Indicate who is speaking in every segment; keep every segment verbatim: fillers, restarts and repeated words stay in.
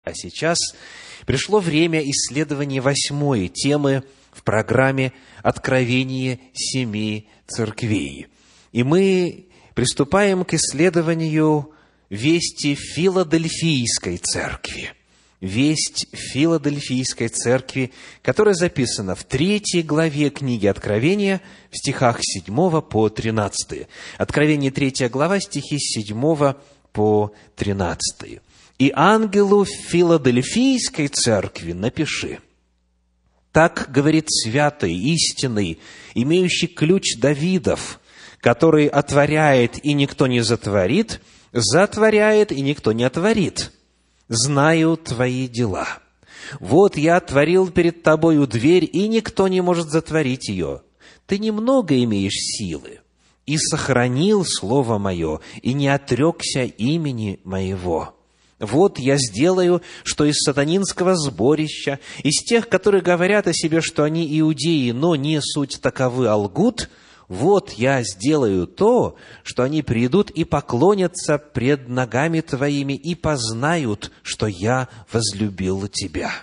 Speaker 1: А сейчас пришло время исследования восьмой темы в программе «Откровение семи церквей». И мы приступаем к исследованию вести Филадельфийской церкви. Весть Филадельфийской церкви, которая записана в третьей главе книги Откровения, в стихах с седьмого по тринадцатый. Откровение, третья глава, стихи с седьмого по тринадцатый. «И ангелу Филадельфийской церкви напиши: так говорит святый, истинный, имеющий ключ Давидов, который отворяет, и никто не затворит, затворяет, и никто не отворит. Знаю твои дела. Вот я отворил перед тобою дверь, и никто не может затворить ее. Ты немного имеешь силы, и сохранил слово мое, и не отрекся имени моего. Вот я сделаю, что из сатанинского сборища, из тех, которые говорят о себе, что они иудеи, но не суть таковы, а лгут, вот я сделаю то, что они придут и поклонятся пред ногами твоими и познают, что я возлюбил тебя.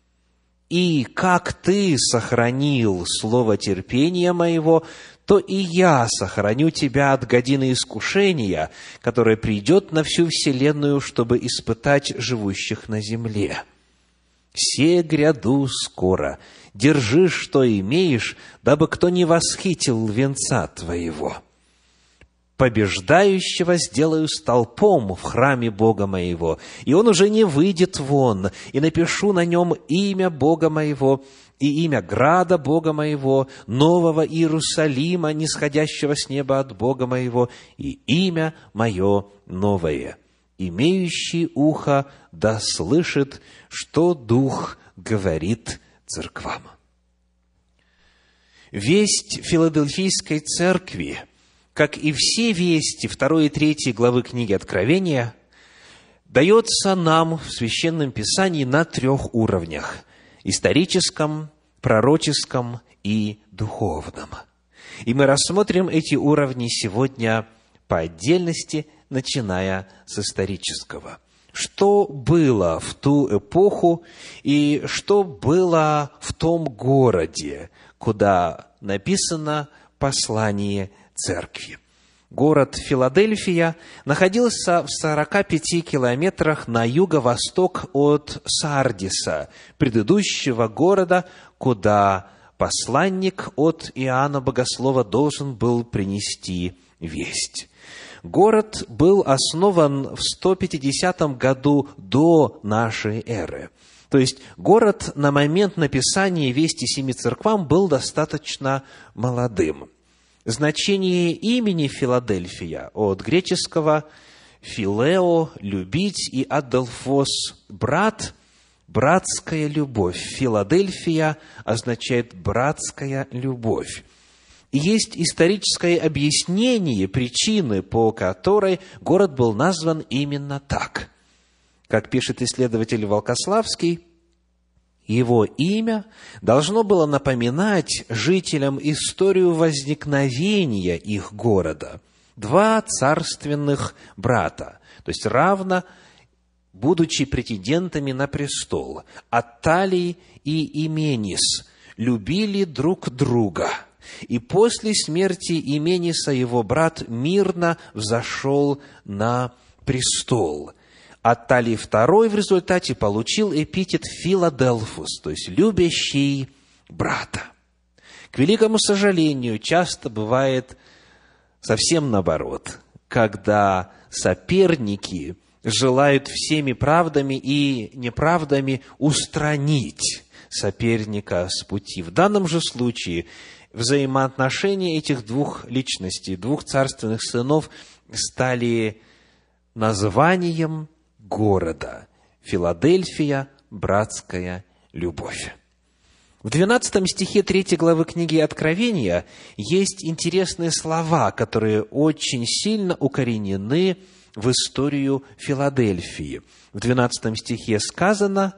Speaker 1: И как ты сохранил слово терпения моего, то и я сохраню тебя от годины искушения, которое придет на всю вселенную, чтобы испытать живущих на земле. Се гряду скоро, держи, что имеешь, дабы кто не восхитил венца твоего. Побеждающего сделаю столпом в храме Бога моего, и он уже не выйдет вон, и напишу на нем имя Бога моего, и имя града Бога моего, нового Иерусалима, нисходящего с неба от Бога моего, и имя мое новое. Имеющий ухо да слышит, что Дух говорит церквам». Весть Филадельфийской церкви, как и все вести второй и третьей главы книги Откровения, дается нам в Священном Писании на трех уровнях – историческом, пророческом и духовном. И мы рассмотрим эти уровни сегодня по отдельности, начиная с исторического. Что было в ту эпоху и что было в том городе, куда написано послание церкви. Город Филадельфия находился в сорока пяти километрах на юго-восток от Сардиса, предыдущего города, куда посланник от Иоанна Богослова должен был принести весть. Город был основан в сто пятидесятом году до нашей эры. То есть город на момент написания вести семи церквам был достаточно молодым. Значение имени Филадельфия от греческого «филео» – «любить» и «аделфос» – «брат», «братская любовь». Филадельфия означает «братская любовь». И есть историческое объяснение причины, по которой город был назван именно так. Как пишет исследователь Волкославский, его имя должно было напоминать жителям историю возникновения их города. Два царственных брата, то есть равно будучи претендентами на престол, Атталий и Именис, любили друг друга. И после смерти Имениса его брат мирно взошел на престол. Атталий второй в результате получил эпитет Филадельфус, то есть «любящий брата». К великому сожалению, часто бывает совсем наоборот, когда соперники желают всеми правдами и неправдами устранить соперника с пути. В данном же случае взаимоотношения этих двух личностей, двух царственных сынов, стали названием города. Филадельфия, братская любовь. В двенадцатом стихе третьей главы книги Откровения есть интересные слова, которые очень сильно укоренены в историю Филадельфии. В двенадцатом стихе сказано,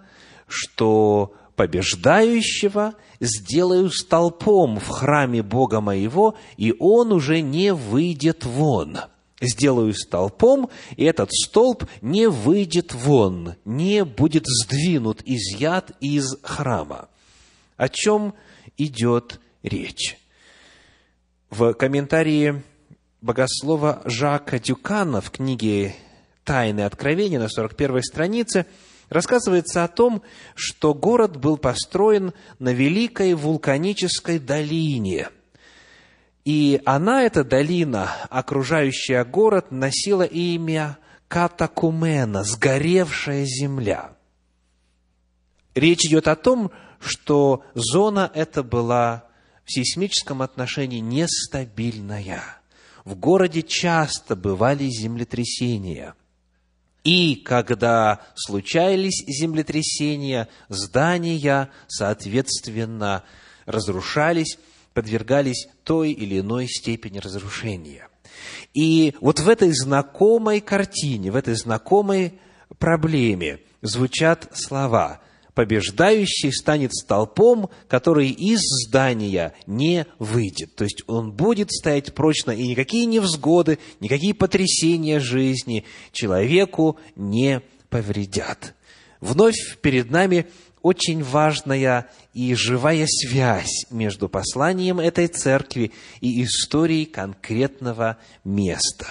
Speaker 1: что побеждающего сделаю столпом в храме Бога моего, и он уже не выйдет вон. сделаю столпом, и этот столб не выйдет вон, не будет сдвинут, изъят из храма». О чем идет речь? В комментарии богослова Жака Дюкана в книге «Тайны Откровения» на сорок первой странице рассказывается о том, что город был построен на великой вулканической долине. И она, эта долина, окружающая город, носила имя Катакумена, сгоревшая земля. Речь идет о том, что зона эта была в сейсмическом отношении нестабильная. В городе часто бывали землетрясения. И когда случались землетрясения, здания, соответственно, разрушались, подвергались той или иной степени разрушения. И вот в этой знакомой картине, в этой знакомой проблеме звучат слова: «Побеждающий станет столпом, который из здания не выйдет». То есть он будет стоять прочно, и никакие невзгоды, никакие потрясения жизни человеку не повредят. Вновь перед нами очень важная и живая связь между посланием этой церкви и историей конкретного места.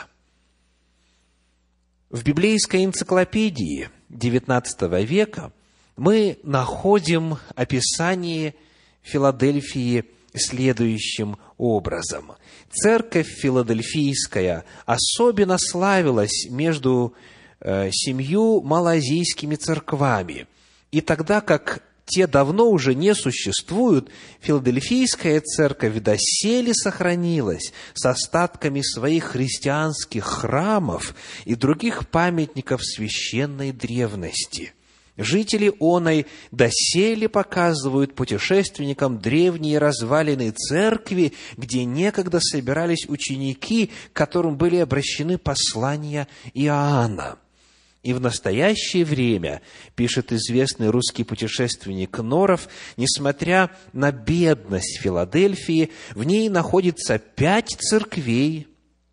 Speaker 1: В библейской энциклопедии девятнадцатого века мы находим описание Филадельфии следующим образом. Церковь филадельфийская особенно славилась между э, семью малоазийскими церквами. И тогда как те давно уже не существуют, филадельфийская церковь доселе сохранилась с остатками своих христианских храмов и других памятников священной древности. Жители оной доселе показывают путешественникам древние развалины церкви, где некогда собирались ученики, к которым были обращены послания Иоанна. И в настоящее время, пишет известный русский путешественник Норов, несмотря на бедность Филадельфии, в ней находится пять церквей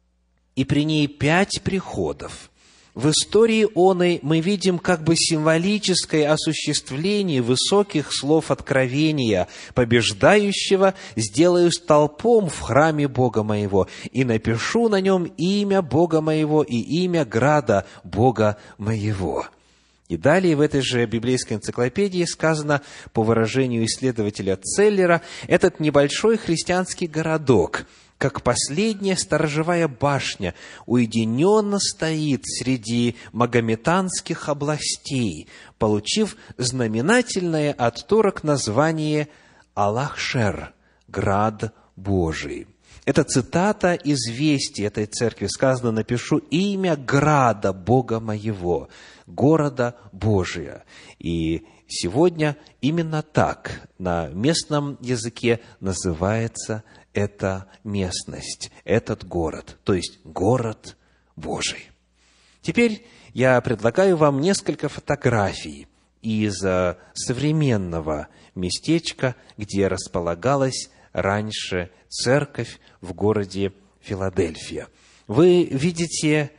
Speaker 1: и при ней пять приходов. В истории оной мы видим как бы символическое осуществление высоких слов откровения: «Побеждающего сделаю столпом в храме Бога моего, и напишу на нем имя Бога моего и имя града Бога моего». И далее в этой же библейской энциклопедии сказано, по выражению исследователя Целлера, этот небольшой христианский городок, как последняя сторожевая башня, уединенно стоит среди магометанских областей, получив знаменательное от турок название Аллах-Шер, град Божий. Это цитата из вести этой церкви. Сказано: «Напишу имя града Бога моего, города Божия». И сегодня именно так на местном языке называется эта местность, этот город, то есть город Божий. Теперь я предлагаю вам несколько фотографий из современного местечка, где располагалась раньше церковь в городе Филадельфия. Вы видите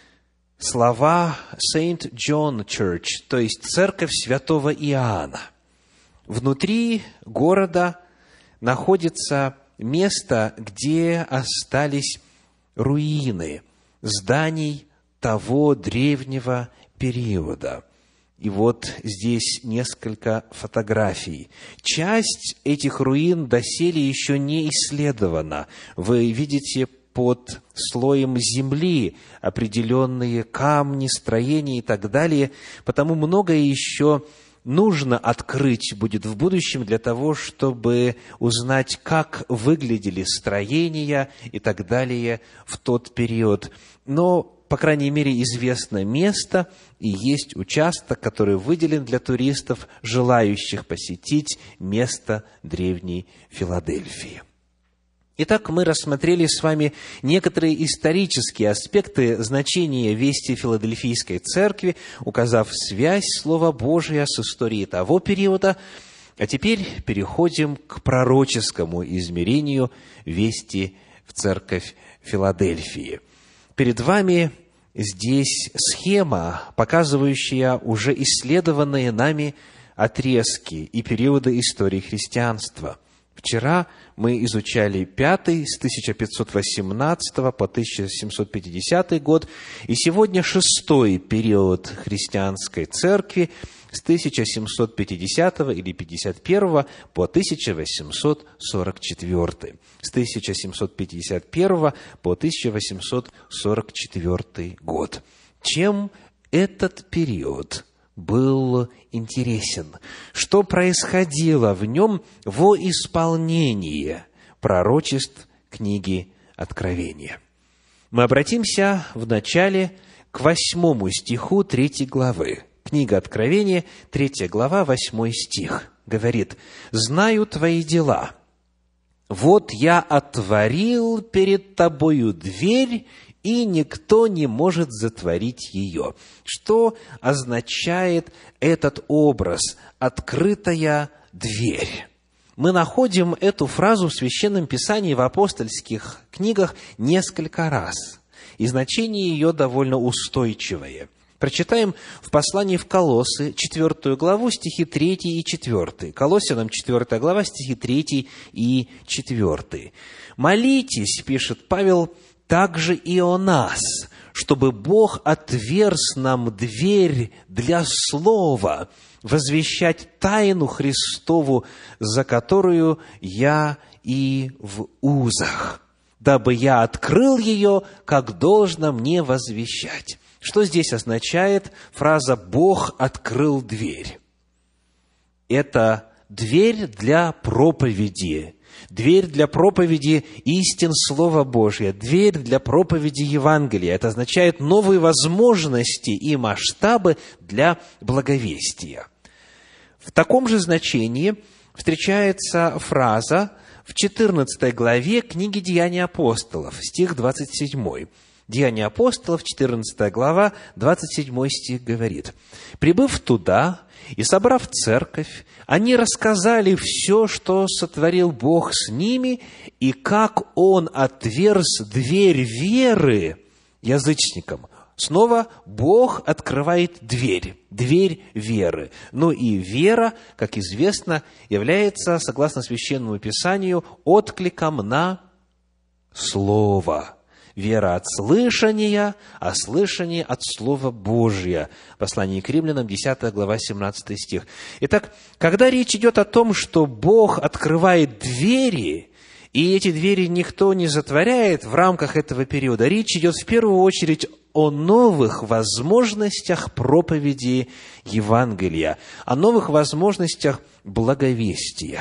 Speaker 1: слова Saint John Church, то есть церковь святого Иоанна. Внутри города находится место, где остались руины зданий того древнего периода. И вот здесь несколько фотографий. Часть этих руин доселе еще не исследована. Вы видите под слоем земли определенные камни, строения и так далее. Потому многое еще нужно открыть будет в будущем для того, чтобы узнать, как выглядели строения и так далее в тот период. Но, по крайней мере, известно место и есть участок, который выделен для туристов, желающих посетить место древней Филадельфии. Итак, мы рассмотрели с вами некоторые исторические аспекты значения вести Филадельфийской церкви, указав связь Слова Божия с историей того периода. А теперь переходим к пророческому измерению вести в церковь Филадельфии. Перед вами здесь схема, показывающая уже исследованные нами отрезки и периоды истории христианства. Вчера мы изучали пятый, с тысяча пятьсот восемнадцатого по тысяча семьсот пятидесятый год, и сегодня шестой период христианской церкви с тысяча семьсот пятидесятого или пятьдесят первого по тысяча восемьсот сорок четвёртый. С тысяча семьсот пятьдесят первого по тысяча восемьсот сорок четвёртый год. Чем этот период был интересен? Что происходило в нем во исполнение пророчеств книги Откровения? Мы обратимся вначале к восьмому стиху третьей главы. Книга Откровения, третья глава, восьмой стих, говорит: «Знаю твои дела. Вот я отворил перед тобою дверь, и никто не может затворить ее». Что означает этот образ «открытая дверь»? Мы находим эту фразу в Священном Писании, в апостольских книгах несколько раз, и значение ее довольно устойчивое. Прочитаем в послании в Колоссы, четвёртую главу, стихи третий и четвёртый. Колоссянам, четвёртая глава, стихи третий и четвёртый. «Молитесь, — пишет Павел, — также и о нас, чтобы Бог отверз нам дверь для слова, возвещать тайну Христову, за которую я и в узах, дабы я открыл ее, как должно мне возвещать». Что здесь означает фраза «Бог открыл дверь»? Это дверь для проповеди, дверь для проповеди истин Слова Божия, дверь для проповеди Евангелия. Это означает новые возможности и масштабы для благовестия. В таком же значении встречается фраза в четырнадцатой главе книги «Деяния апостолов», стих двадцать семь. Деяния апостолов, четырнадцатая глава, двадцать седьмой стих говорит: «Прибыв туда и собрав церковь, они рассказали все, что сотворил Бог с ними, и как Он отверз дверь веры язычникам». Снова Бог открывает дверь, дверь веры. Ну и вера, как известно, является, согласно Священному Писанию, откликом на Слово. Вера от слышания, а слышание от Слова Божия. Послание к Римлянам, десятая глава, семнадцатый стих. Итак, когда речь идет о том, что Бог открывает двери, и эти двери никто не затворяет в рамках этого периода, речь идет в первую очередь о новых возможностях проповеди Евангелия, о новых возможностях благовестия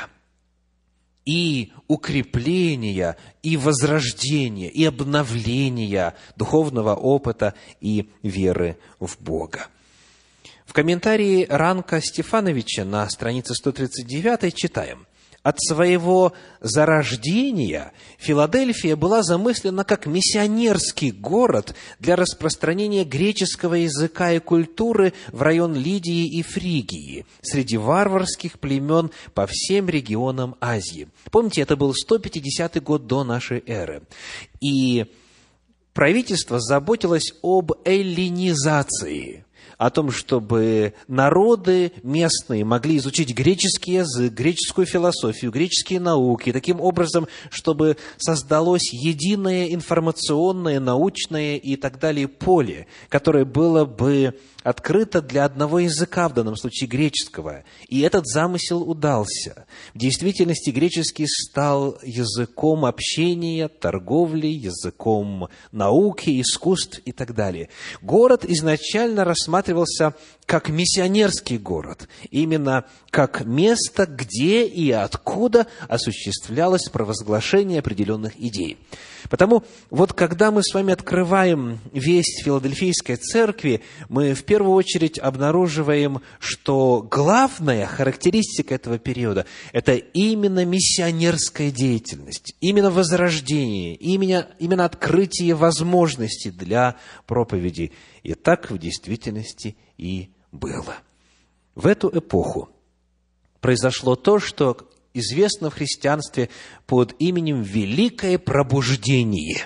Speaker 1: и укрепления, и возрождения, и обновления духовного опыта и веры в Бога. В комментарии Ранка Стефановича на странице сто тридцать девятой читаем: «От своего зарождения Филадельфия была замыслена как миссионерский город для распространения греческого языка и культуры в район Лидии и Фригии, среди варварских племен по всем регионам Азии». Помните, это был сто пятидесятый год до нашей эры. И правительство заботилось об эллинизации, о том, чтобы народы местные могли изучить греческий язык, греческую философию, греческие науки, таким образом, чтобы создалось единое информационное, научное и так далее поле, которое было бы открыто для одного языка, в данном случае греческого. И этот замысел удался. В действительности греческий стал языком общения, торговли, языком науки, искусств и так далее. Город изначально рассматривался как миссионерский город, именно как место, где и откуда осуществлялось провозглашение определенных идей. Потому вот когда мы с вами открываем весть Филадельфийской церкви, мы в первую очередь обнаруживаем, что главная характеристика этого периода – это именно миссионерская деятельность, именно возрождение, именно, именно открытие возможностей для проповеди. И так в действительности и было. В эту эпоху произошло то, что известно в христианстве под именем «Великое пробуждение».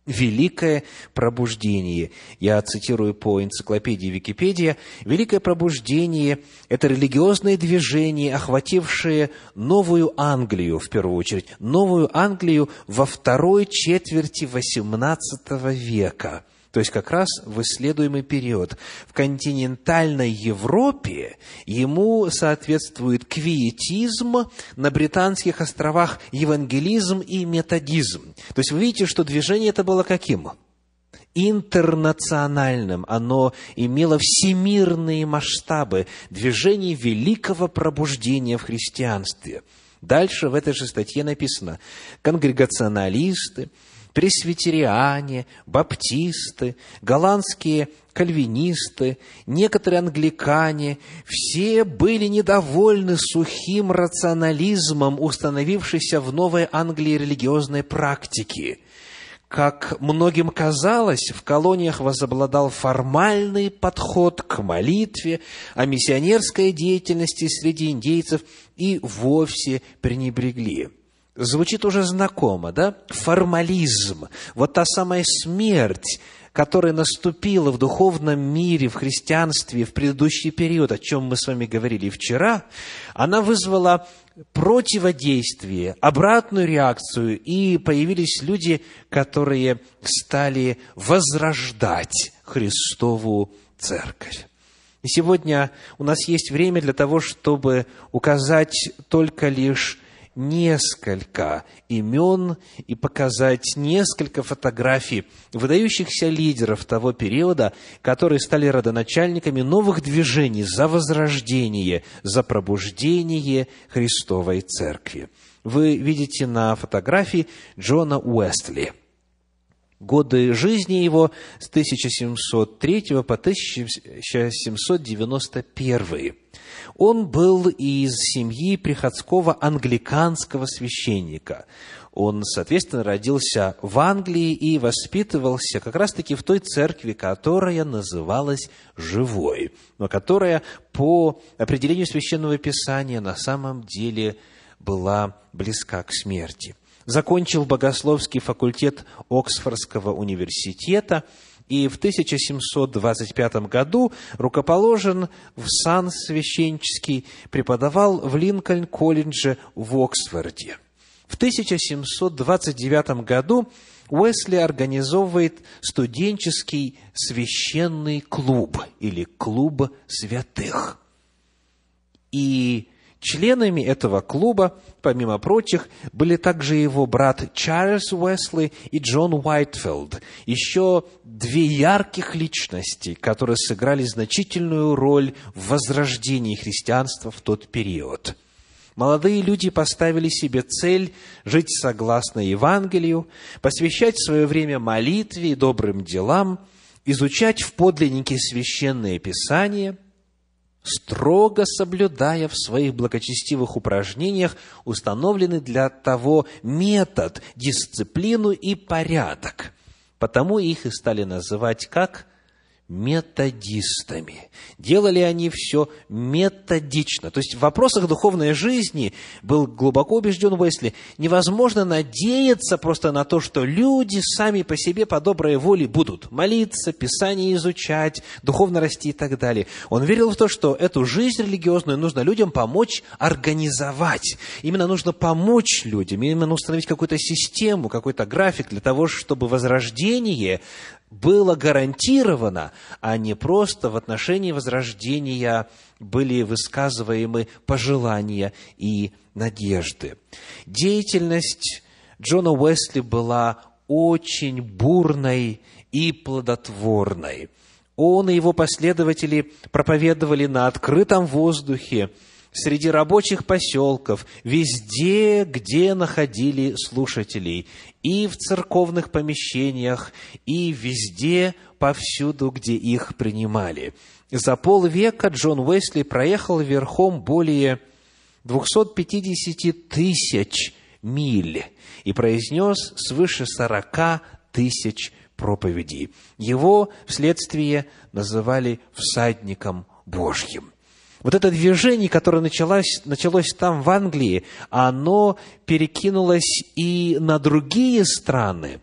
Speaker 1: Великое пробуждение. Я цитирую по энциклопедии Википедия. Великое пробуждение – это религиозное движение, охватившее Новую Англию, в первую очередь, Новую Англию во второй четверти восемнадцатого века. То есть как раз в исследуемый период. В континентальной Европе ему соответствует квиетизм, на Британских островах евангелизм и методизм. То есть вы видите, что движение это было каким? Интернациональным. Оно имело всемирные масштабы. Движение великого пробуждения в христианстве. Дальше в этой же статье написано: конгрегационалисты, пресвитериане, баптисты, голландские кальвинисты, некоторые англикане, все были недовольны сухим рационализмом, установившейся в Новой Англии религиозной практики. Как многим казалось, в колониях возобладал формальный подход к молитве, а миссионерской деятельности среди индейцев и вовсе пренебрегли. Звучит уже знакомо, да? Формализм. Вот та самая смерть, которая наступила в духовном мире, в христианстве в предыдущий период, о чем мы с вами говорили вчера, она вызвала противодействие, обратную реакцию, и появились люди, которые стали возрождать Христову Церковь. И сегодня у нас есть время для того, чтобы указать только лишь несколько имен и показать несколько фотографий выдающихся лидеров того периода, которые стали родоначальниками новых движений за возрождение, за пробуждение Христовой Церкви. Вы видите на фотографии Джона Уэсли. Годы жизни его с тысяча семьсот третьего по тысяча семьсот девяносто первый. Он был из семьи приходского англиканского священника. Он, соответственно, родился в Англии и воспитывался как раз-таки в той церкви, которая называлась «Живой», но которая по определению Священного Писания на самом деле была близка к смерти. Закончил богословский факультет Оксфордского университета и в тысяча семьсот двадцать пятом году рукоположен в сан священнический, преподавал в Линкольн-колледже в Оксфорде. В тысяча семьсот двадцать девятом году Уэсли организовывает студенческий священный клуб или клуб святых. И членами этого клуба, помимо прочих, были также его брат Чарльз Уэсли и Джон Уайтфилд, еще две ярких личности, которые сыграли значительную роль в возрождении христианства в тот период. Молодые люди поставили себе цель жить согласно Евангелию, посвящать свое время молитве и добрым делам, изучать в подлиннике Священное Писание, строго соблюдая в своих благочестивых упражнениях установленный для того метод, дисциплину и порядок. Потому их и стали называть как методистами. Делали они все методично. То есть в вопросах духовной жизни, был глубоко убежден Уэсли, невозможно надеяться просто на то, что люди сами по себе по доброй воле будут молиться, Писание изучать, духовно расти и так далее. Он верил в то, что эту жизнь религиозную нужно людям помочь организовать. Именно нужно помочь людям, именно установить какую-то систему, какой-то график для того, чтобы возрождение было гарантировано, а не просто в отношении возрождения были высказываемы пожелания и надежды. Деятельность Джона Уэсли была очень бурной и плодотворной. Он и его последователи проповедовали на открытом воздухе, среди рабочих поселков, везде, где находили слушателей, и в церковных помещениях, и везде, повсюду, где их принимали. За полвека Джон Уэсли проехал верхом более двухсот пятидесяти тысяч миль и произнес свыше сорока тысяч проповедей. Его вследствие называли «всадником Божьим». Вот это движение, которое началось, началось там, в Англии, оно перекинулось и на другие страны.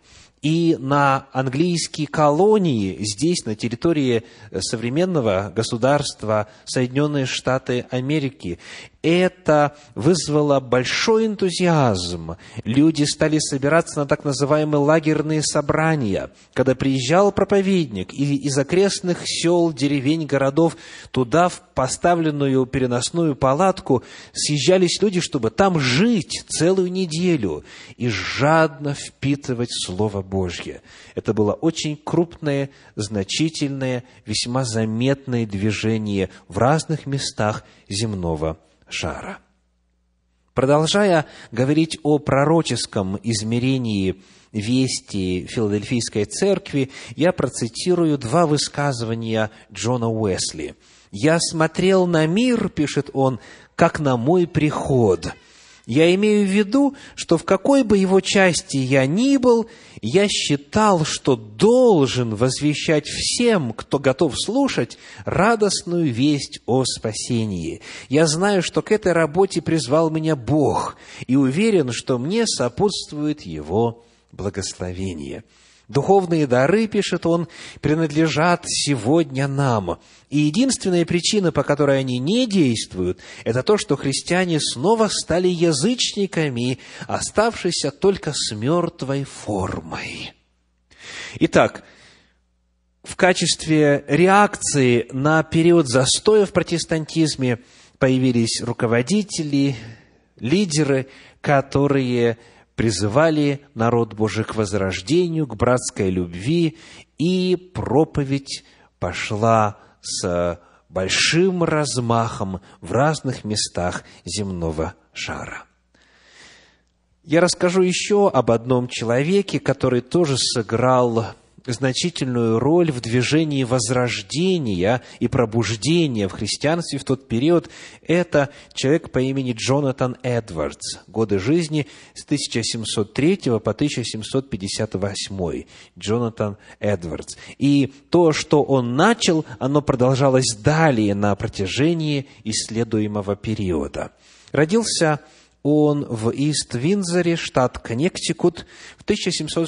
Speaker 1: и на английские колонии здесь, на территории современного государства Соединенные Штаты Америки. Это вызвало большой энтузиазм. Люди стали собираться на так называемые лагерные собрания. Когда приезжал проповедник и из окрестных сел, деревень, городов, туда в поставленную переносную палатку съезжались люди, чтобы там жить целую неделю и жадно впитывать Слово Божье. Это было очень крупное, значительное, весьма заметное движение в разных местах земного шара. Продолжая говорить о пророческом измерении вести Филадельфийской церкви, я процитирую два высказывания Джона Уэсли. «Я смотрел на мир, — пишет он, — как на мой приход. Я имею в виду, что в какой бы его части я ни был, я считал, что должен возвещать всем, кто готов слушать, радостную весть о спасении. Я знаю, что к этой работе призвал меня Бог, и уверен, что мне сопутствует Его благословение. Духовные дары, — пишет он, — принадлежат сегодня нам. И единственная причина, по которой они не действуют, это то, что христиане снова стали язычниками, оставшиеся только с мертвой формой». Итак, в качестве реакции на период застоя в протестантизме появились руководители, лидеры, которые призывали народ Божий к возрождению, к братской любви, и проповедь пошла с большим размахом в разных местах земного шара. Я расскажу еще об одном человеке, который тоже сыграл значительную роль в движении возрождения и пробуждения в христианстве в тот период. Это человек по имени Джонатан Эдвардс. Годы жизни с тысяча семьсот третьего по тысяча семьсот пятьдесят восьмой. Джонатан Эдвардс. И то, что он начал, оно продолжалось далее на протяжении исследуемого периода. Родился он в Ист-Виндзоре, штат Коннектикут, в тысяча семьсот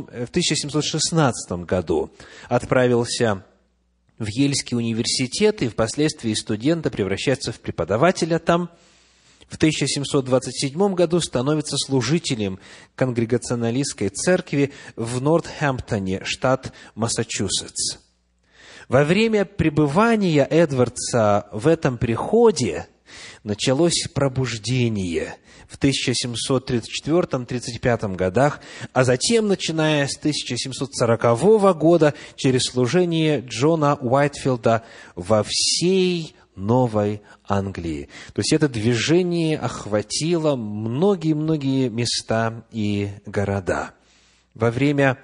Speaker 1: шестнадцатом году. Отправился в Ельский университет и впоследствии студента превращается в преподавателя там. В тысяча семьсот двадцать седьмом году становится служителем конгрегационалистской церкви в Нортхэмптоне, штат Массачусетс. Во время пребывания Эдвардса в этом приходе началось пробуждение в тысяча семьсот тридцать четвёртом — тридцать пятом годах, а затем, начиная с тысяча семьсот сорокового года, через служение Джона Уайтфилда во всей Новой Англии. То есть это движение охватило многие-многие места и города. Во время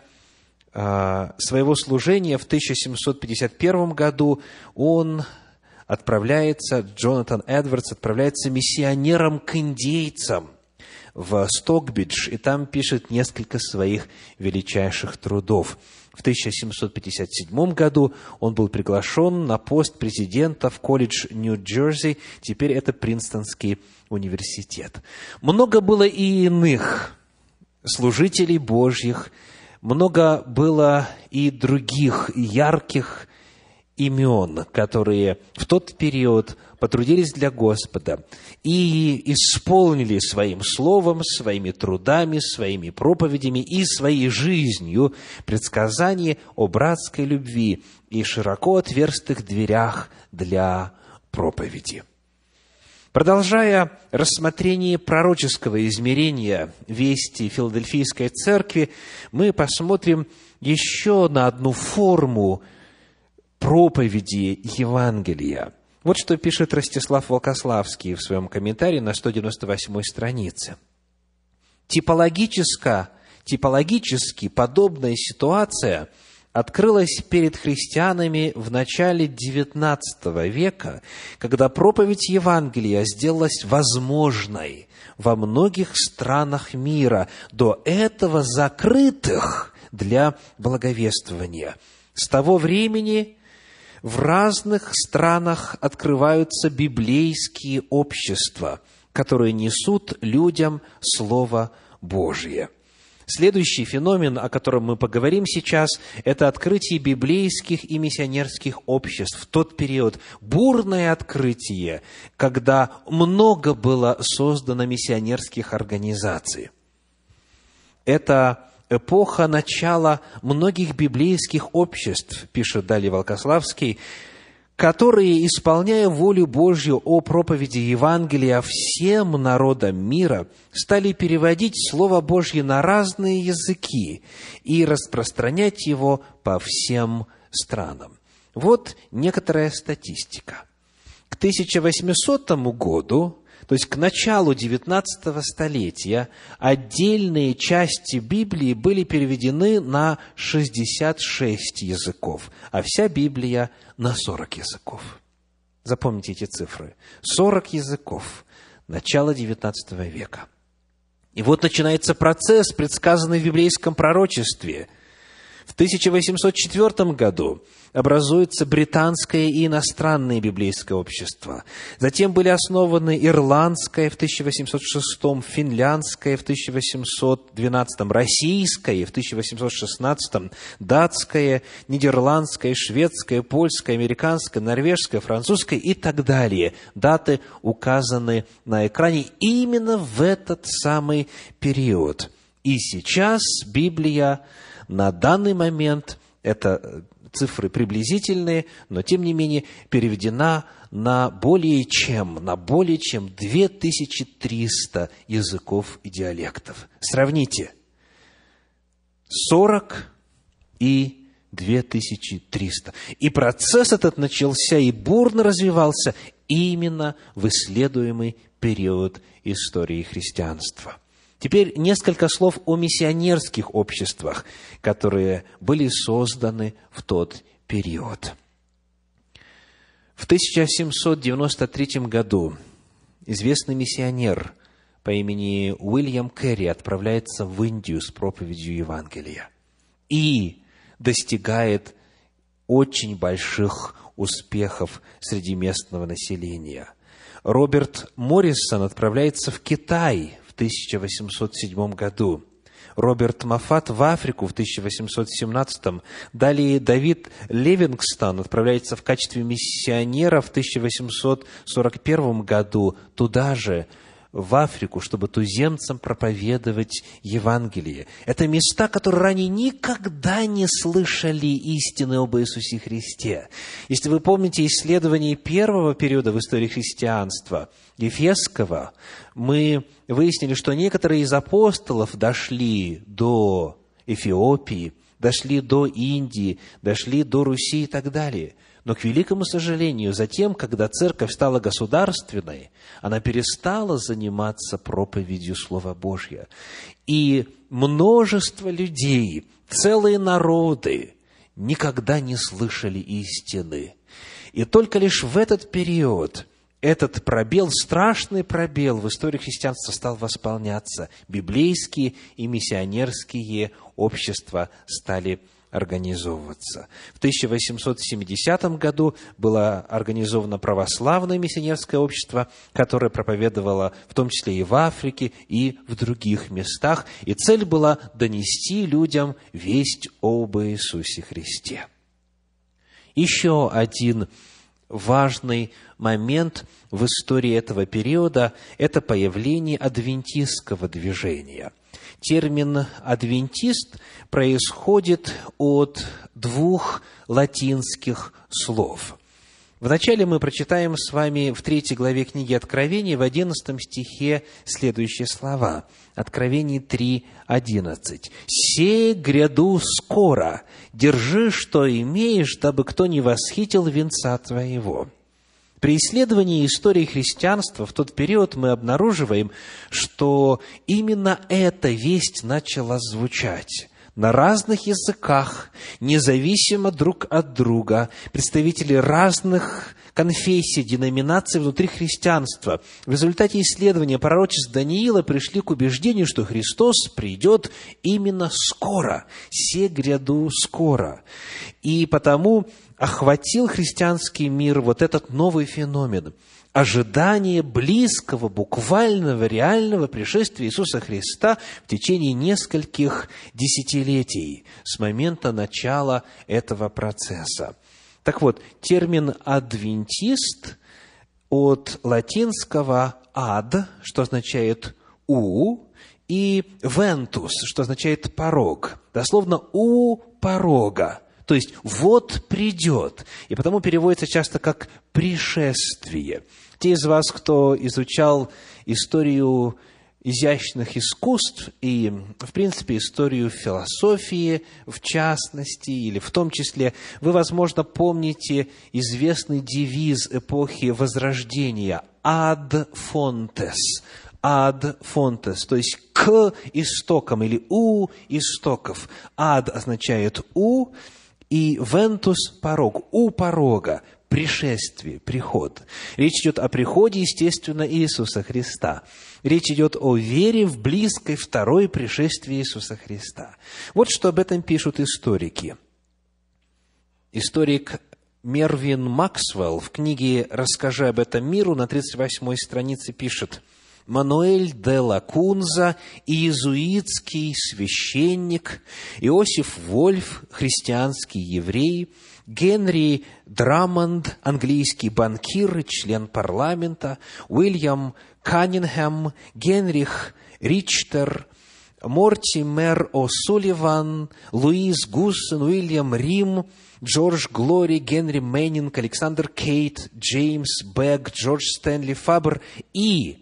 Speaker 1: э, своего служения в тысяча семьсот пятьдесят первом году он отправляется, Джонатан Эдвардс отправляется миссионером к индейцам в Стокбридж, и там пишет несколько своих величайших трудов. В тысяча семьсот пятьдесят седьмом году он был приглашен на пост президента в колледж Нью-Джерси, теперь это Принстонский университет. Много было и иных служителей Божьих, много было и других ярких имен, которые в тот период потрудились для Господа и исполнили своим словом, своими трудами, своими проповедями и своей жизнью предсказание о братской любви и широко отверстых дверях для проповеди. Продолжая рассмотрение пророческого измерения вести Филадельфийской церкви, мы посмотрим еще на одну форму проповеди Евангелия. Вот что пишет Ростислав Волкославский в своем комментарии на сто девяносто восьмой странице. Типологически, типологически подобная ситуация открылась перед христианами в начале девятнадцатого века, когда проповедь Евангелия сделалась возможной во многих странах мира, до этого закрытых для благовествования. С того времени в разных странах открываются библейские общества, которые несут людям Слово Божье. Следующий феномен, о котором мы поговорим сейчас, это открытие библейских и миссионерских обществ в тот период. Бурное открытие, когда много было создано миссионерских организаций. Это эпоха начала многих библейских обществ, пишет далее Волкославский, которые, исполняя волю Божью о проповеди Евангелия всем народам мира, стали переводить Слово Божье на разные языки и распространять его по всем странам. Вот некоторая статистика. К тысяча восьмисотому году, то есть к началу девятнадцатого столетия, отдельные части Библии были переведены на шестьдесят шесть языков, а вся Библия на сорок языков. Запомните эти цифры. сорок языков. Начало девятнадцатого века. И вот начинается процесс, предсказанный в библейском пророчестве. В тысяча восемьсот четвёртом году образуется британское и иностранное библейское общество. Затем были основаны ирландское в тысяча восемьсот шестом, финляндское в тысяча восемьсот двенадцатом, российское в тысяча восемьсот шестнадцатом, датское, нидерландское, шведское, польское, американское, норвежское, французское и так далее. Даты указаны на экране именно в этот самый период. И сейчас Библия на данный момент, это цифры приблизительные, но тем не менее переведена на более чем, на более чем две тысячи триста языков и диалектов. Сравните. сорок и две тысячи триста. И процесс этот начался и бурно развивался именно в исследуемый период истории христианства. Теперь несколько слов о миссионерских обществах, которые были созданы в тот период. В тысяча семьсот девяносто третьем году известный миссионер по имени Уильям Керри отправляется в Индию с проповедью Евангелия и достигает очень больших успехов среди местного населения. Роберт Моррисон отправляется в Китай в тысяча восемьсот седьмом году. Роберт Мафат в Африку в тысяча восемьсот семнадцатом. Далее Давид Ливингстон отправляется в качестве миссионера в тысяча восемьсот сорок первом году туда же, в Африку, чтобы туземцам проповедовать Евангелие. Это места, которые ранее никогда не слышали истины об Иисусе Христе. Если вы помните исследование первого периода в истории христианства, Ефесского, мы выяснили, что некоторые из апостолов дошли до Эфиопии, дошли до Индии, дошли до Руси и так далее. Но, к великому сожалению, затем, когда церковь стала государственной, она перестала заниматься проповедью Слова Божьего. И множество людей, целые народы никогда не слышали истины. И только лишь в этот период этот пробел, страшный пробел в истории христианства стал восполняться. Библейские и миссионерские общества стали организовываться. В тысяча восемьсот семидесятом году было организовано православное миссионерское общество, которое проповедовало в том числе и в Африке, и в других местах. И цель была донести людям весть об Иисусе Христе. Еще один важный момент в истории этого периода – это появление адвентистского движения. Термин «адвентист» происходит от двух латинских слов. Вначале мы прочитаем с вами в третьей главе книги Откровения, в одиннадцатом стихе следующие слова. Откровение три, одиннадцать. «Се гряду скоро, держи, что имеешь, дабы кто не восхитил венца твоего». При исследовании истории христианства в тот период мы обнаруживаем, что именно эта весть начала звучать на разных языках, независимо друг от друга. Представители разных конфессий, деноминаций внутри христианства в результате исследования пророчеств Даниила пришли к убеждению, что Христос придет именно скоро, «се гряду скоро». И потому охватил христианский мир вот этот новый феномен – ожидание близкого, буквального, реального пришествия Иисуса Христа в течение нескольких десятилетий с момента начала этого процесса. Так вот, термин «адвентист» от латинского «ad», что означает «у», и «ventus», что означает «порог». Дословно «у порога». То есть «вот придет». И потому переводится часто как «пришествие». Те из вас, кто изучал историю изящных искусств и, в принципе, историю философии, в частности, или в том числе, вы, возможно, помните известный девиз эпохи Возрождения «ad fontes». «Ad fontes», то есть «к истокам» или «у истоков». «Ad» означает «у», и «ventus» – «порог», «у порога», пришествие, приход. Речь идет о приходе, естественно, Иисуса Христа. Речь идет о вере в близкое второе пришествие Иисуса Христа. Вот что об этом пишут историки. Историк Мервин Максвелл в книге «Расскажи об этом миру» на тридцать восьмой странице пишет: Мануэль де Лакунза, иезуитский священник, Иосиф Вольф, христианский еврей, Генри Драмонд, английский банкир и член парламента, Уильям Каннингем, Генрих Ричтер, Мортимер О'Сулливан, Луис Гуссен, Уильям Рим, Джордж Глори, Генри Мэннинг, Александр Кейт, Джеймс Бэгг, Джордж Стэнли Фабер и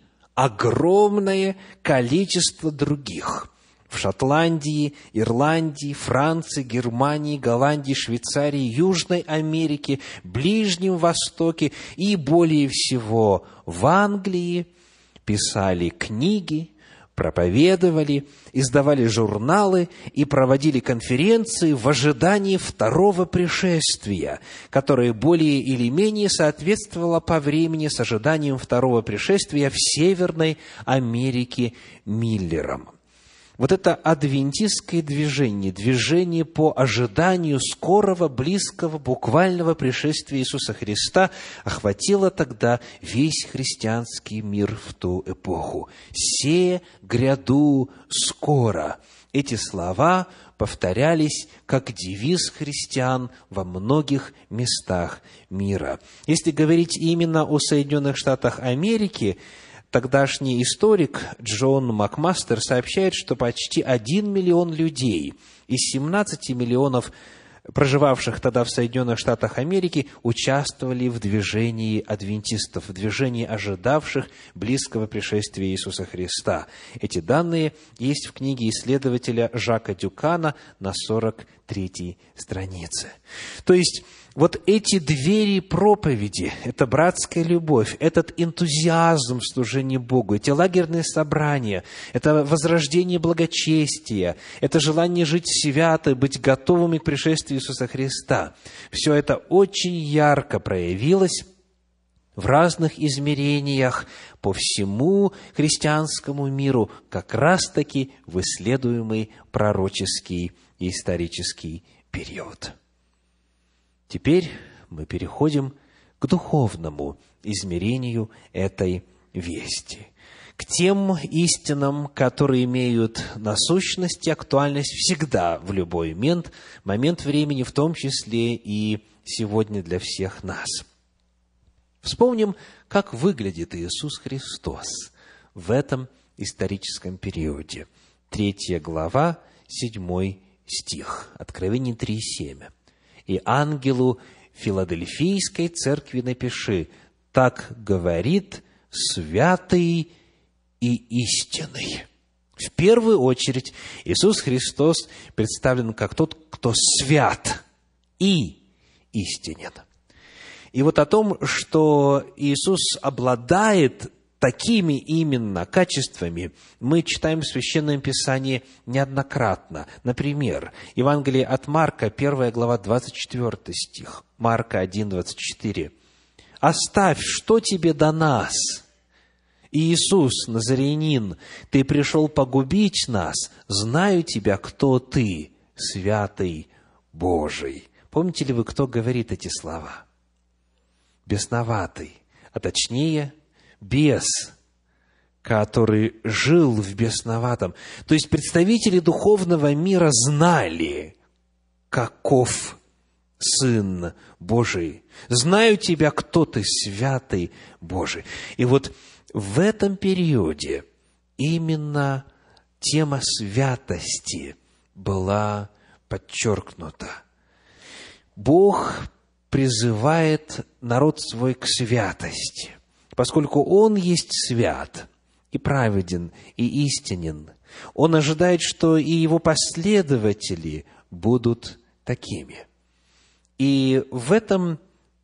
Speaker 1: огромное количество других в Шотландии, Ирландии, Франции, Германии, Голландии, Швейцарии, Южной Америке, Ближнем Востоке и, более всего, в Англии писали книги, проповедовали, издавали журналы и проводили конференции в ожидании второго пришествия, которое более или менее соответствовало по времени с ожиданием второго пришествия в Северной Америке Миллером. Вот это адвентистское движение, движение по ожиданию скорого, близкого, буквального пришествия Иисуса Христа охватило тогда весь христианский мир в ту эпоху. «Се гряду скоро». Эти слова повторялись как девиз христиан во многих местах мира. Если говорить именно о Соединенных Штатах Америки, тогдашний историк Джон Макмастер сообщает, что почти один миллион людей из семнадцати миллионов проживавших тогда в Соединенных Штатах Америки участвовали в движении адвентистов, в движении ожидавших близкого пришествия Иисуса Христа. Эти данные есть в книге исследователя Жака Дюкана на сорок третьей странице. То есть, вот эти двери проповеди, эта братская любовь, этот энтузиазм в служении Богу, эти лагерные собрания, это возрождение благочестия, это желание жить свято, быть готовыми к пришествию Иисуса Христа, все это очень ярко проявилось в разных измерениях по всему христианскому миру, как раз-таки в исследуемый пророческий и исторический период. Теперь мы переходим к духовному измерению этой вести, к тем истинам, которые имеют насущность и актуальность всегда, в любой момент, момент времени, в том числе и сегодня для всех нас. Вспомним, как выглядит Иисус Христос в этом историческом периоде. Третья глава, седьмой стих, Откровение три семь. «И ангелу Филадельфийской церкви напиши: так говорит святый и истинный». В первую очередь Иисус Христос представлен как тот, кто свят и истинен. И вот о том, что Иисус обладает такими именно качествами, мы читаем в Священном Писании неоднократно. Например, Евангелие от Марка, первая глава, двадцать четвёртый стих. Марка один, двадцать четыре. «Оставь, что тебе до нас? Иисус, Назарянин, ты пришел погубить нас. Знаю тебя, кто ты, святый Божий». Помните ли вы, кто говорит эти слова? Бесноватый, а точнее, бес, который жил в бесноватом. То есть представители духовного мира знали, каков Сын Божий. Знаю тебя, кто ты, святый Божий. И вот в этом периоде именно тема святости была подчеркнута. Бог призывает народ свой к святости, поскольку Он есть свят и праведен, и истинен. Он ожидает, что и Его последователи будут такими. И в этом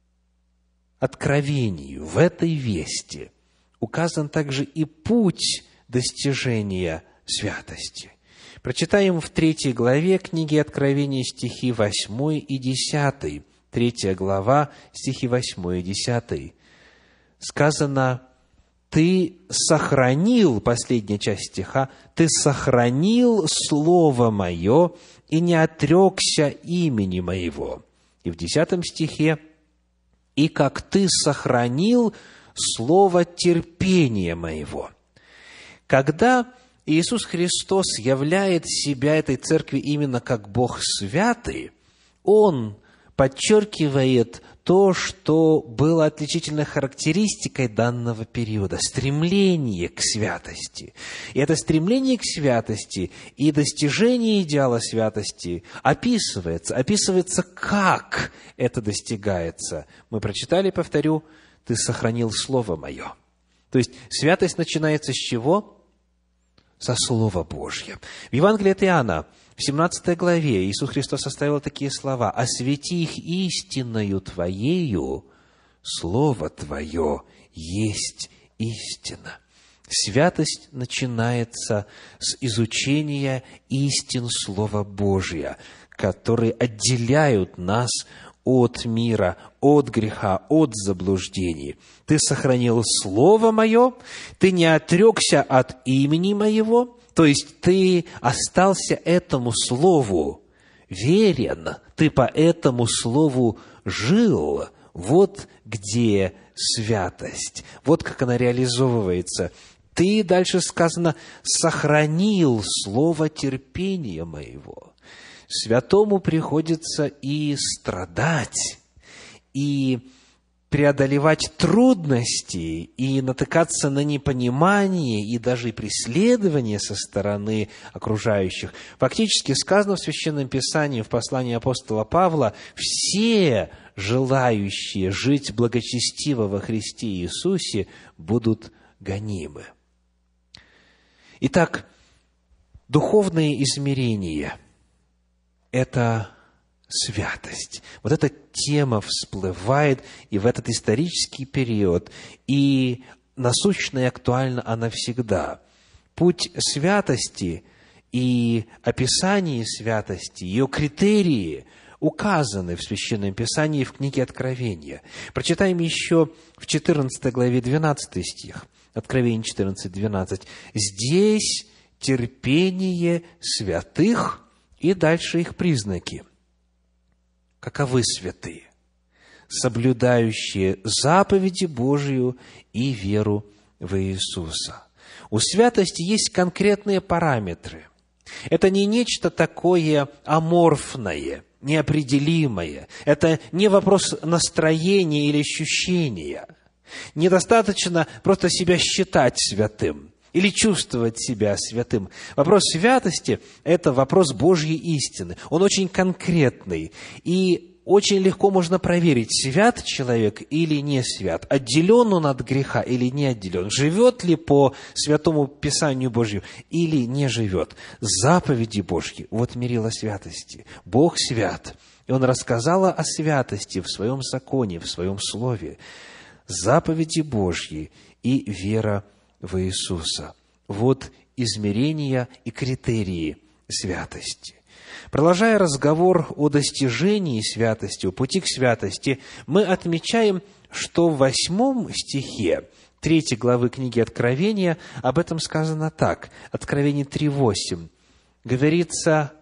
Speaker 1: откровении, в этой вести указан также и путь достижения святости. Прочитаем в третьей главе книги Откровения стихи восьмой и десятый. Третья глава, стихи восьмой и десятый. Сказано: «Ты сохранил», последняя часть стиха, «ты сохранил Слово Мое и не отрекся имени Моего». И в десятом стихе: «И как ты сохранил Слово терпения Моего». Когда Иисус Христос являет себя этой церкви именно как Бог святый, Он подчеркивает то, что было отличительной характеристикой данного периода – стремление к святости. И это стремление к святости и достижение идеала святости описывается. Описывается, как это достигается. Мы прочитали, повторю, «Ты сохранил Слово Мое». То есть, святость начинается с чего? Со Слова Божьего. В Евангелии от Иоанна, в семнадцатой главе, Иисус Христос оставил такие слова: «Освети их истинною Твоею, Слово Твое есть истина». Святость начинается с изучения истин Слова Божия, которые отделяют нас от мира, от греха, от заблуждений. Ты сохранил Слово Мое, ты не отрекся от имени Моего, то есть ты остался этому Слову верен, ты по этому Слову жил. Вот где святость, вот как она реализовывается. Ты, дальше сказано, сохранил Слово терпения Моего. Святому приходится и страдать, и преодолевать трудности, и натыкаться на непонимание, и даже и преследование со стороны окружающих. Фактически сказано в Священном Писании, в послании апостола Павла: все желающие жить благочестиво во Христе Иисусе будут гонимы. Итак, духовные измерения – это святость. Вот эта тема всплывает и в этот исторический период, и насущна и актуальна она всегда. Путь святости и описание святости, ее критерии указаны в Священном Писании в книге Откровения. Прочитаем еще в четырнадцатой главе двенадцатый стих. Откровение четырнадцать, двенадцать. «Здесь терпение святых». И дальше их признаки. Каковы святые? Соблюдающие заповеди Божию и веру в Иисуса. У святости есть конкретные параметры. Это не нечто такое аморфное, неопределимое. Это не вопрос настроения или ощущения. Недостаточно просто себя считать святым или чувствовать себя святым. Вопрос святости – это вопрос Божьей истины. Он очень конкретный. И очень легко можно проверить, свят человек или не свят, отделен он от греха или не отделен, живет ли по святому Писанию Божью или не живет. Заповеди Божьи – вот мерило святости. Бог свят. И Он рассказал о святости в Своем законе, в Своем Слове. Заповеди Божьи и вера в Иисуса. Вот измерения и критерии святости. Продолжая разговор о достижении святости, о пути к святости, мы отмечаем, что в восьмом стихе третьей главы книги Откровения об этом сказано так. Откровение три восемь. Говорится: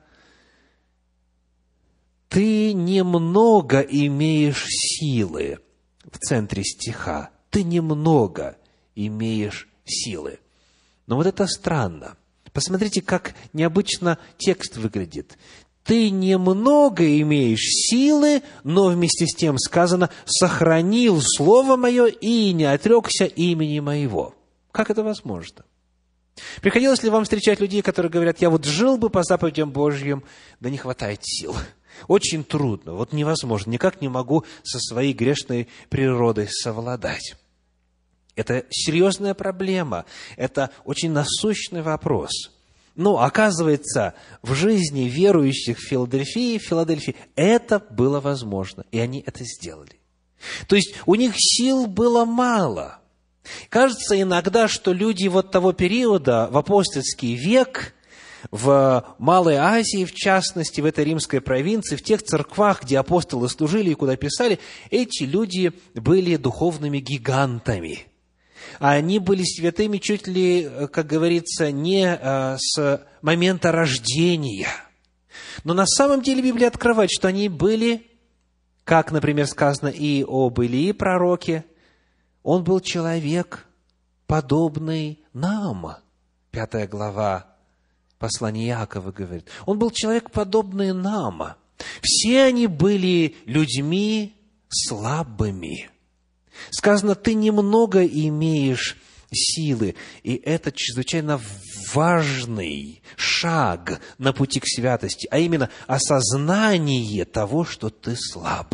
Speaker 1: «Ты немного имеешь силы». В центре стиха ты немного имеешь силы. Но вот это странно. Посмотрите, как необычно текст выглядит. Ты немного имеешь силы, но вместе с тем сказано, сохранил слово мое и не отрекся имени моего. Как это возможно? Приходилось ли вам встречать людей, которые говорят, я вот жил бы по заповедям Божьим, да не хватает сил. Очень трудно, вот невозможно, никак не могу со своей грешной природой совладать. Это серьезная проблема, это очень насущный вопрос. Но, оказывается, в жизни верующих в Филадельфии, в Филадельфии это было возможно, и они это сделали. То есть, у них сил было мало. Кажется иногда, что люди вот того периода, в апостольский век, в Малой Азии, в частности, в этой римской провинции, в тех церквах, где апостолы служили и куда писали, эти люди были духовными гигантами. Они были святыми чуть ли, как говорится, не с момента рождения. Но на самом деле Библия открывает, что они были, как, например, сказано и об Илии пророке, он был человек, подобный нам. Пятая глава послания Иакова говорит. Он был человек, подобный нам. Все они были людьми слабыми. Сказано, ты немного имеешь силы, и это чрезвычайно важный шаг на пути к святости, а именно осознание того, что ты слаб.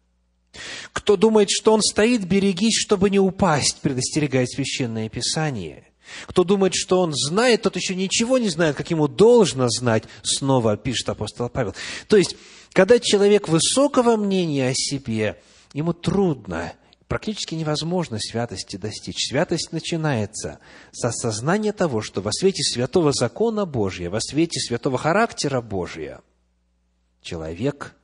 Speaker 1: Кто думает, что он стоит, берегись, чтобы не упасть, предостерегает Священное Писание. Кто думает, что он знает, тот еще ничего не знает, как ему должно знать, снова пишет апостол Павел. То есть, когда человек высокого мнения о себе, ему трудно, практически невозможно святости достичь. Святость начинается с осознания того, что во свете святого закона Божия, во свете святого характера Божия, человек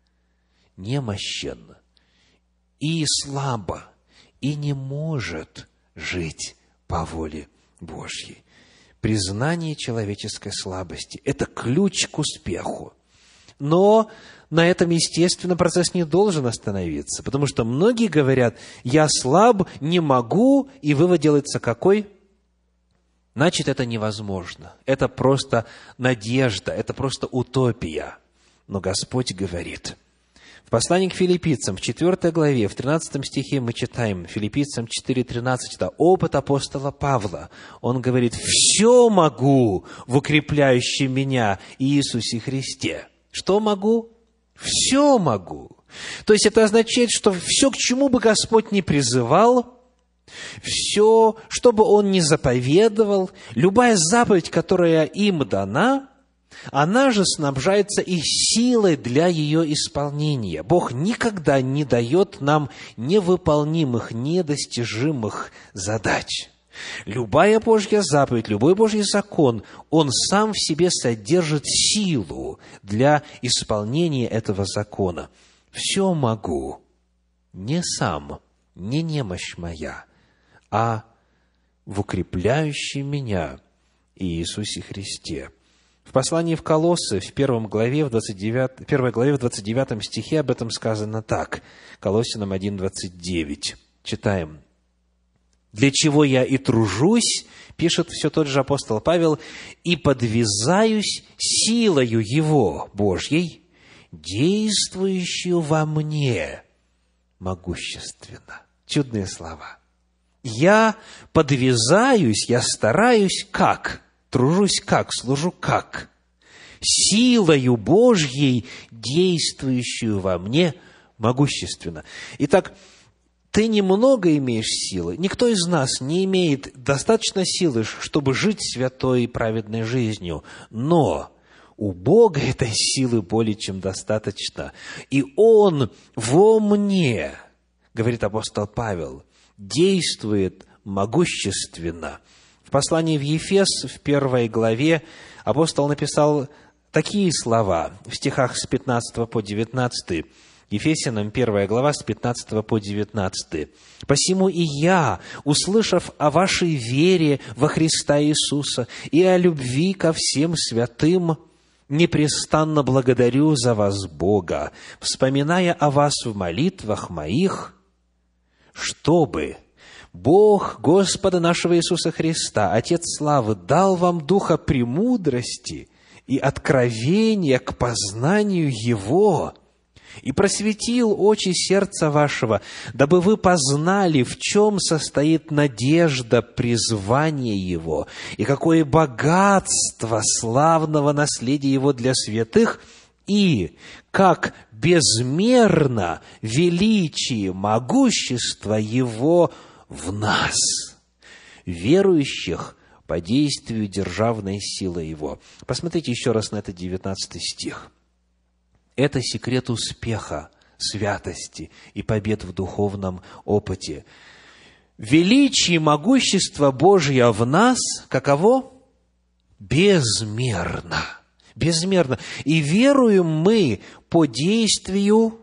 Speaker 1: немощен и слабо, и не может жить по воле Божьей. Признание человеческой слабости – это ключ к успеху. Но на этом, естественно, процесс не должен остановиться, потому что многие говорят, я слаб, не могу, и вывод делается какой? Значит, это невозможно. Это просто надежда, это просто утопия. Но Господь говорит. В послании к Филиппийцам, в четвёртой главе, в тринадцатом стихе мы читаем, Филиппийцам четыре тринадцать, это опыт апостола Павла. Он говорит, «Все могу в укрепляющем меня Иисусе Христе». Что могу? Все могу. То есть, это означает, что все, к чему бы Господь ни призывал, все, что бы Он ни заповедовал, любая заповедь, которая им дана, она же снабжается и силой для ее исполнения. Бог никогда не дает нам невыполнимых, недостижимых задач. Любая Божья заповедь, любой Божий закон, он сам в себе содержит силу для исполнения этого закона. Все могу, не сам, не немощь моя, а в укрепляющем меня Иисусе Христе. В послании в Колоссы, в первой главе, в двадцать девятом, первой главе, в двадцать девятом стихе об этом сказано так. Колоссянам один двадцать девять. Читаем. «Для чего я и тружусь, — пишет все тот же апостол Павел, — и подвязаюсь силою Его, Божьей, действующую во мне могущественно». Чудные слова. Я подвязаюсь, я стараюсь как? Тружусь как? Служу как? Силою Божьей, действующую во мне могущественно. Итак, ты немного имеешь силы. Никто из нас не имеет достаточно силы, чтобы жить святой и праведной жизнью. Но у Бога этой силы более чем достаточно. И Он во мне, говорит апостол Павел, действует могущественно. В послании в Ефес, в первой главе, апостол написал такие слова в стихах с пятнадцатого по девятнадцатый. Ефесянам первая глава, с пятнадцатого по девятнадцатый. «Посему и я, услышав о вашей вере во Христа Иисуса и о любви ко всем святым, непрестанно благодарю за вас Бога, вспоминая о вас в молитвах моих, чтобы Бог Господа нашего Иисуса Христа, Отец славы, дал вам духа премудрости и откровения к познанию Его, и просветил очи сердца вашего, дабы вы познали, в чем состоит надежда призвания Его, и какое богатство славного наследия Его для святых, и как безмерно величие могущества Его в нас, верующих по действию державной силы Его. Посмотрите еще раз на этот девятнадцатый стих. Это секрет успеха, святости и побед в духовном опыте. Величие и могущество Божье в нас, каково? Безмерно. Безмерно. И веруем мы по действию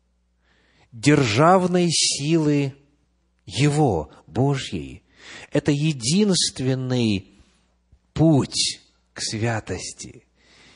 Speaker 1: державной силы Его, Божьей. Это единственный путь к святости.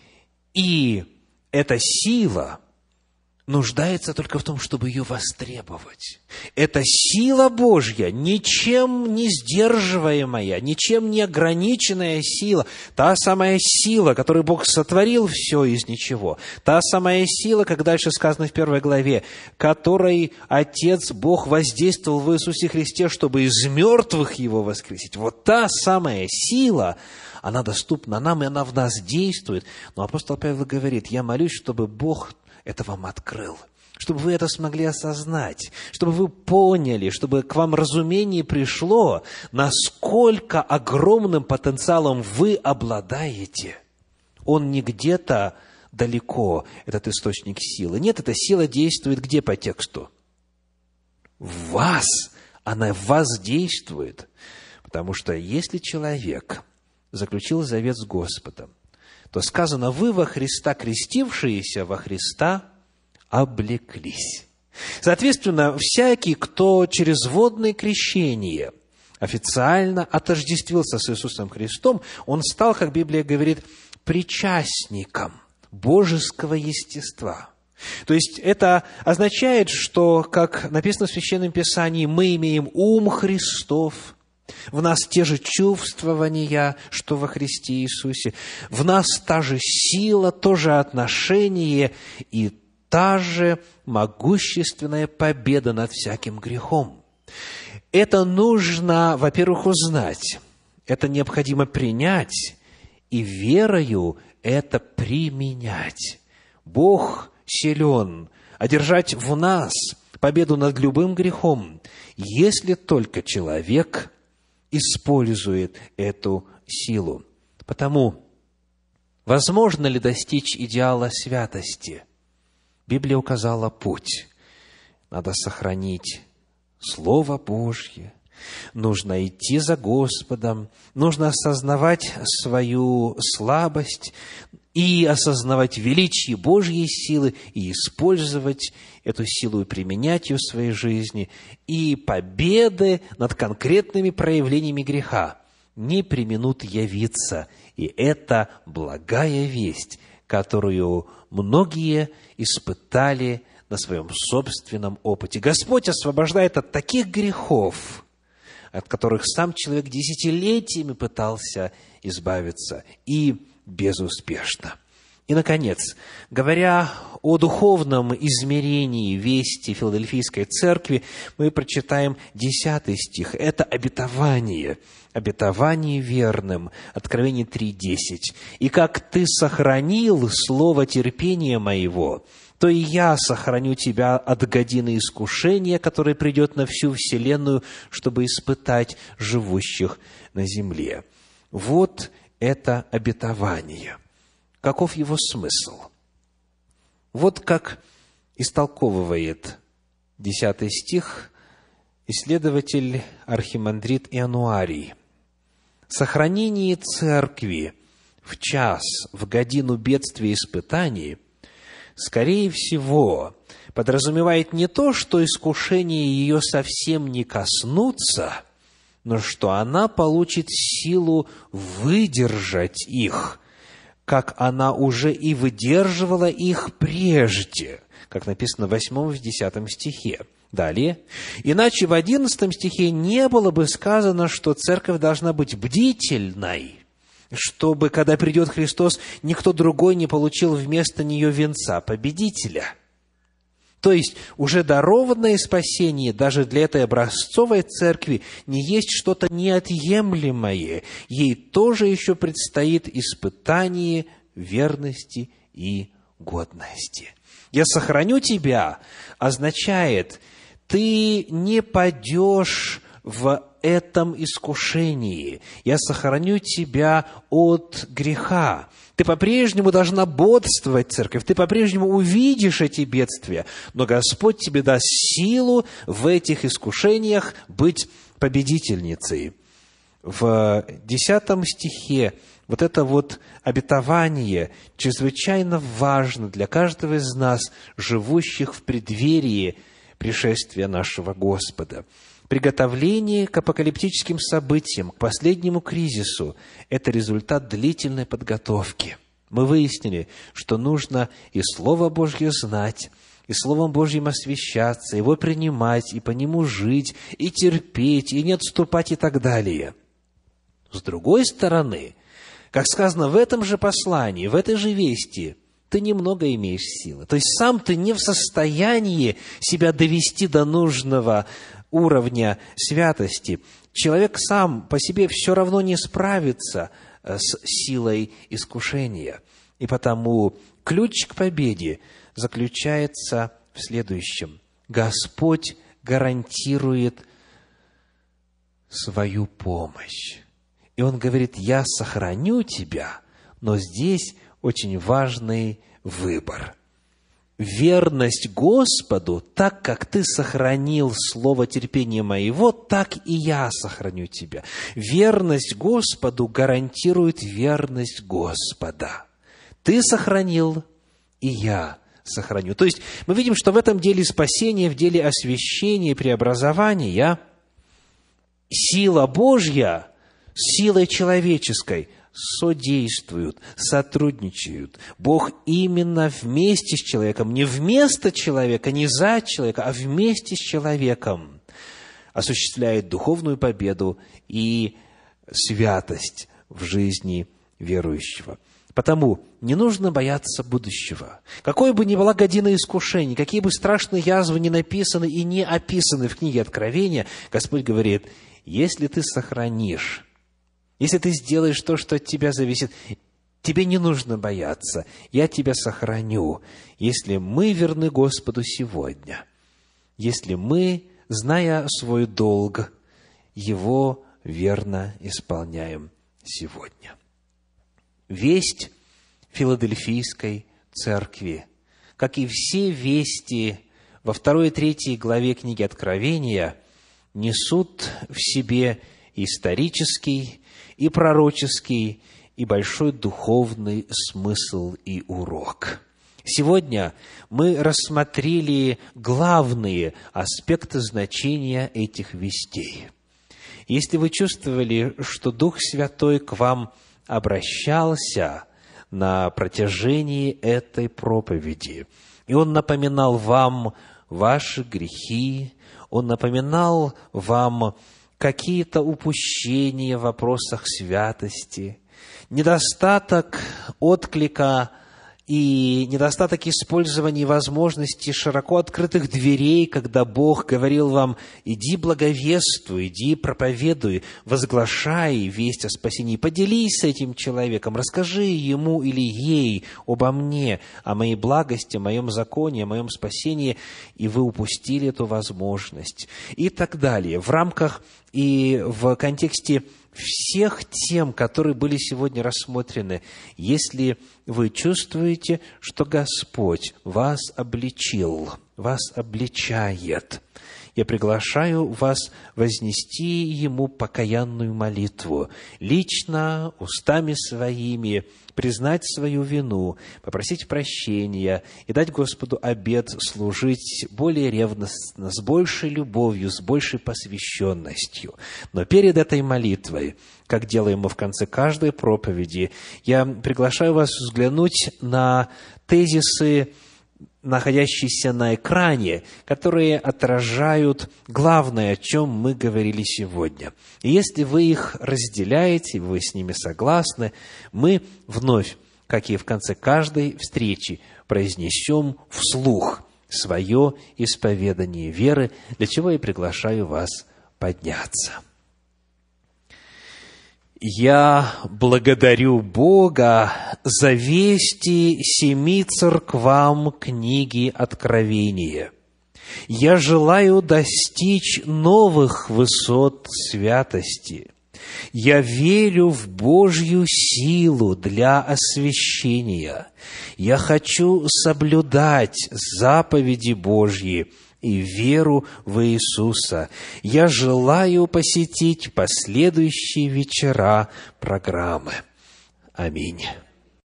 Speaker 1: И эта сила нуждается только в том, чтобы ее востребовать. Это сила Божья, ничем не сдерживаемая, ничем не ограниченная сила. Та самая сила, которой Бог сотворил все из ничего. Та самая сила, как дальше сказано в первой главе, которой Отец Бог воздействовал в Иисусе Христе, чтобы из мертвых Его воскресить. Вот та самая сила, она доступна нам, и она в нас действует. Но апостол Павел говорит: я молюсь, чтобы Бог это вам открыл, чтобы вы это смогли осознать, чтобы вы поняли, чтобы к вам разумение пришло, насколько огромным потенциалом вы обладаете. Он не где-то далеко, этот источник силы. Нет, эта сила действует где по тексту? В вас. Она в вас действует. Потому что если человек заключил завет с Господом, то сказано: вы во Христа крестившиеся, во Христа облеклись. Соответственно, всякий, кто через водное крещение официально отождествился с Иисусом Христом, он стал, как Библия говорит, причастником божеского естества. То есть это означает, что, как написано в Священном Писании, мы имеем ум Христов, в нас те же чувствования, что во Христе Иисусе, в нас та же сила, то же отношение и та же могущественная победа над всяким грехом. Это нужно, во-первых, узнать, это необходимо принять и верою это применять. Бог силен одержать в нас победу над любым грехом, если только человек использует эту силу. Потому, возможно ли достичь идеала святости? Библия указала путь. Надо сохранить Слово Божье, нужно идти за Господом, нужно осознавать свою слабость и осознавать величие Божьей силы, и использовать эту силу и применять ее в своей жизни, и победы над конкретными проявлениями греха не преминут явиться. И это благая весть, которую многие испытали на своем собственном опыте. Господь освобождает от таких грехов, от которых сам человек десятилетиями пытался избавиться, и безуспешно. И, наконец, говоря о духовном измерении вести Филадельфийской церкви, мы прочитаем десятый стих. Это обетование, обетование верным, Откровение три десять. «И как ты сохранил слово терпения моего, то и я сохраню тебя от годины искушения, которое придет на всю вселенную, чтобы испытать живущих на земле». Вот это обетование. Каков его смысл? Вот как истолковывает десятый стих исследователь архимандрит Иануарий. Сохранение церкви в час, в годину бедствия и испытаний, скорее всего, подразумевает не то, что искушения ее совсем не коснутся, но что она получит силу выдержать их, как она уже и выдерживала их прежде, как написано в восьмом и в десятом стихе. Далее. Иначе в одиннадцатом стихе не было бы сказано, что церковь должна быть бдительной, чтобы, когда придет Христос, никто другой не получил вместо нее венца победителя. То есть, уже дарованное спасение даже для этой образцовой церкви не есть что-то неотъемлемое. Ей тоже еще предстоит испытание верности и годности. «Я сохраню тебя» означает, ты не падешь в этом искушении. Я сохраню тебя от греха. Ты по-прежнему должна бодрствовать, церковь, ты по-прежнему увидишь эти бедствия, но Господь тебе даст силу в этих искушениях быть победительницей. В десятом стихе вот это вот обетование чрезвычайно важно для каждого из нас, живущих в преддверии пришествия нашего Господа. Приготовление к апокалиптическим событиям, к последнему кризису – это результат длительной подготовки. Мы выяснили, что нужно и Слово Божье знать, и Словом Божьим освящаться, его принимать, и по нему жить, и терпеть, и не отступать, и так далее. С другой стороны, как сказано в этом же послании, в этой же вести, ты немного имеешь силы. То есть сам ты не в состоянии себя довести до нужного уровня святости. Человек сам по себе все равно не справится с силой искушения. И потому ключ к победе заключается в следующем. Господь гарантирует свою помощь. И Он говорит: «Я сохраню тебя», но здесь очень важный выбор. Верность Господу, так как ты сохранил слово терпения моего, так и я сохраню тебя. Верность Господу гарантирует верность Господа. Ты сохранил, и я сохраню. То есть мы видим, что в этом деле спасения, в деле освящения, преобразования, сила Божья с силой человеческой содействуют, сотрудничают. Бог именно вместе с человеком, не вместо человека, не за человека, а вместе с человеком осуществляет духовную победу и святость в жизни верующего. Потому не нужно бояться будущего. Какой бы ни была година искушений, какие бы страшные язвы ни написаны и не описаны в книге Откровения, Господь говорит: если ты сохранишь, если ты сделаешь то, что от тебя зависит, тебе не нужно бояться. Я тебя сохраню, если мы верны Господу сегодня. Если мы, зная свой долг, его верно исполняем сегодня. Весть Филадельфийской церкви, как и все вести во второй и третьей главе книги Откровения, несут в себе исторический и пророческий, и большой духовный смысл и урок. Сегодня мы рассмотрели главные аспекты значения этих вестей. Если вы чувствовали, что Дух Святой к вам обращался на протяжении этой проповеди, и Он напоминал вам ваши грехи, Он напоминал вам какие-то упущения в вопросах святости, недостаток отклика и недостаток использования возможностей широко открытых дверей, когда Бог говорил вам: иди благовествуй, иди проповедуй, возглашай весть о спасении, поделись с этим человеком, расскажи ему или ей обо мне, о моей благости, о моем законе, о моем спасении, и вы упустили эту возможность, и так далее. В рамках и в контексте всех тем, которые были сегодня рассмотрены, если вы чувствуете, что Господь вас обличил, вас обличает, я приглашаю вас вознести Ему покаянную молитву, лично, устами своими, признать свою вину, попросить прощения и дать Господу обет служить более ревностно, с большей любовью, с большей посвященностью. Но перед этой молитвой, как делаем мы в конце каждой проповеди, я приглашаю вас взглянуть на тезисы находящиеся на экране, которые отражают главное, о чем мы говорили сегодня. И если вы их разделяете, вы с ними согласны, мы вновь, как и в конце каждой встречи, произнесем вслух свое исповедание веры, для чего я приглашаю вас подняться. Я благодарю Бога за вести семи церквам книги Откровения. Я желаю достичь новых высот святости. Я верю в Божью силу для освящения. Я хочу соблюдать заповеди Божьи и веру в Иисуса. Я желаю посетить последующие вечера программы. Аминь.